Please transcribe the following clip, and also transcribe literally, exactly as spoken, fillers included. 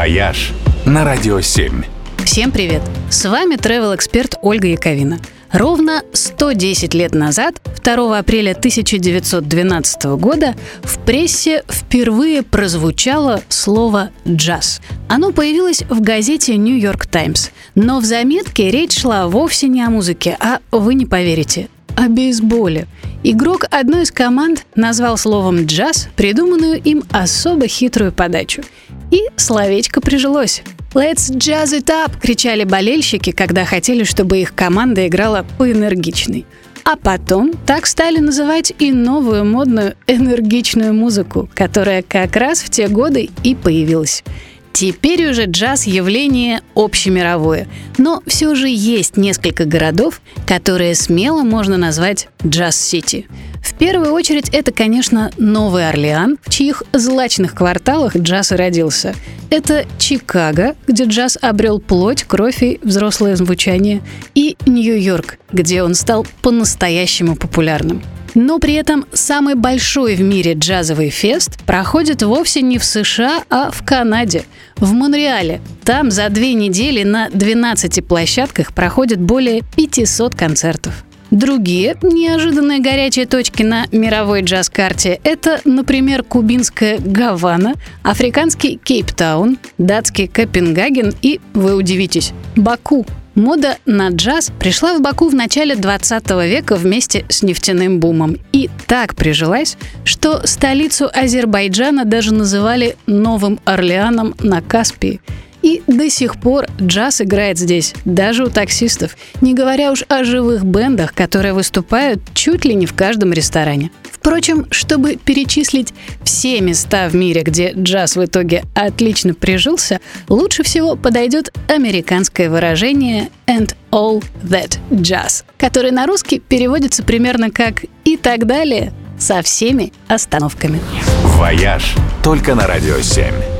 «Вояж» на Радио семь. Всем привет! С вами travel-эксперт Ольга Яковина. Ровно сто десять лет назад, второго апреля тысяча девятьсот двенадцатого года, в прессе впервые прозвучало слово «джаз». Оно появилось в газете «Нью-Йорк Таймс». Но в заметке речь шла вовсе не о музыке, а, вы не поверите, о бейсболе. Игрок одной из команд назвал словом «джаз» придуманную им особо хитрую подачу. И словечко прижилось. «Let's jazz it up!» — кричали болельщики, когда хотели, чтобы их команда играла поэнергичней. А потом так стали называть и новую модную энергичную музыку, которая как раз в те годы и появилась. Теперь уже джаз — явление общемировое, но все же есть несколько городов, которые смело можно назвать «джаз-сити». В первую очередь это, конечно, Новый Орлеан, в чьих злачных кварталах джаз и родился. Это Чикаго, где джаз обрел плоть, кровь и взрослое звучание. И Нью-Йорк, где он стал по-настоящему популярным. Но при этом самый большой в мире джазовый фест проходит вовсе не в США, а в Канаде, в Монреале. Там за две недели на двенадцати площадках проходит более пятисот концертов. Другие неожиданные горячие точки на мировой джаз-карте – это, например, кубинская Гавана, африканский Кейптаун, датский Копенгаген и, вы удивитесь, Баку. Мода на джаз пришла в Баку в начале двадцатого века вместе с нефтяным бумом и так прижилась, что столицу Азербайджана даже называли Новым Орлеаном на Каспии. И до сих пор джаз играет здесь, даже у таксистов, не говоря уж о живых бэндах, которые выступают чуть ли не в каждом ресторане. Впрочем, чтобы перечислить все места в мире, где джаз в итоге отлично прижился, лучше всего подойдет американское выражение «and all that jazz», которое на русский переводится примерно как «и так далее» со всеми остановками. «Вояж» только на Радио семь.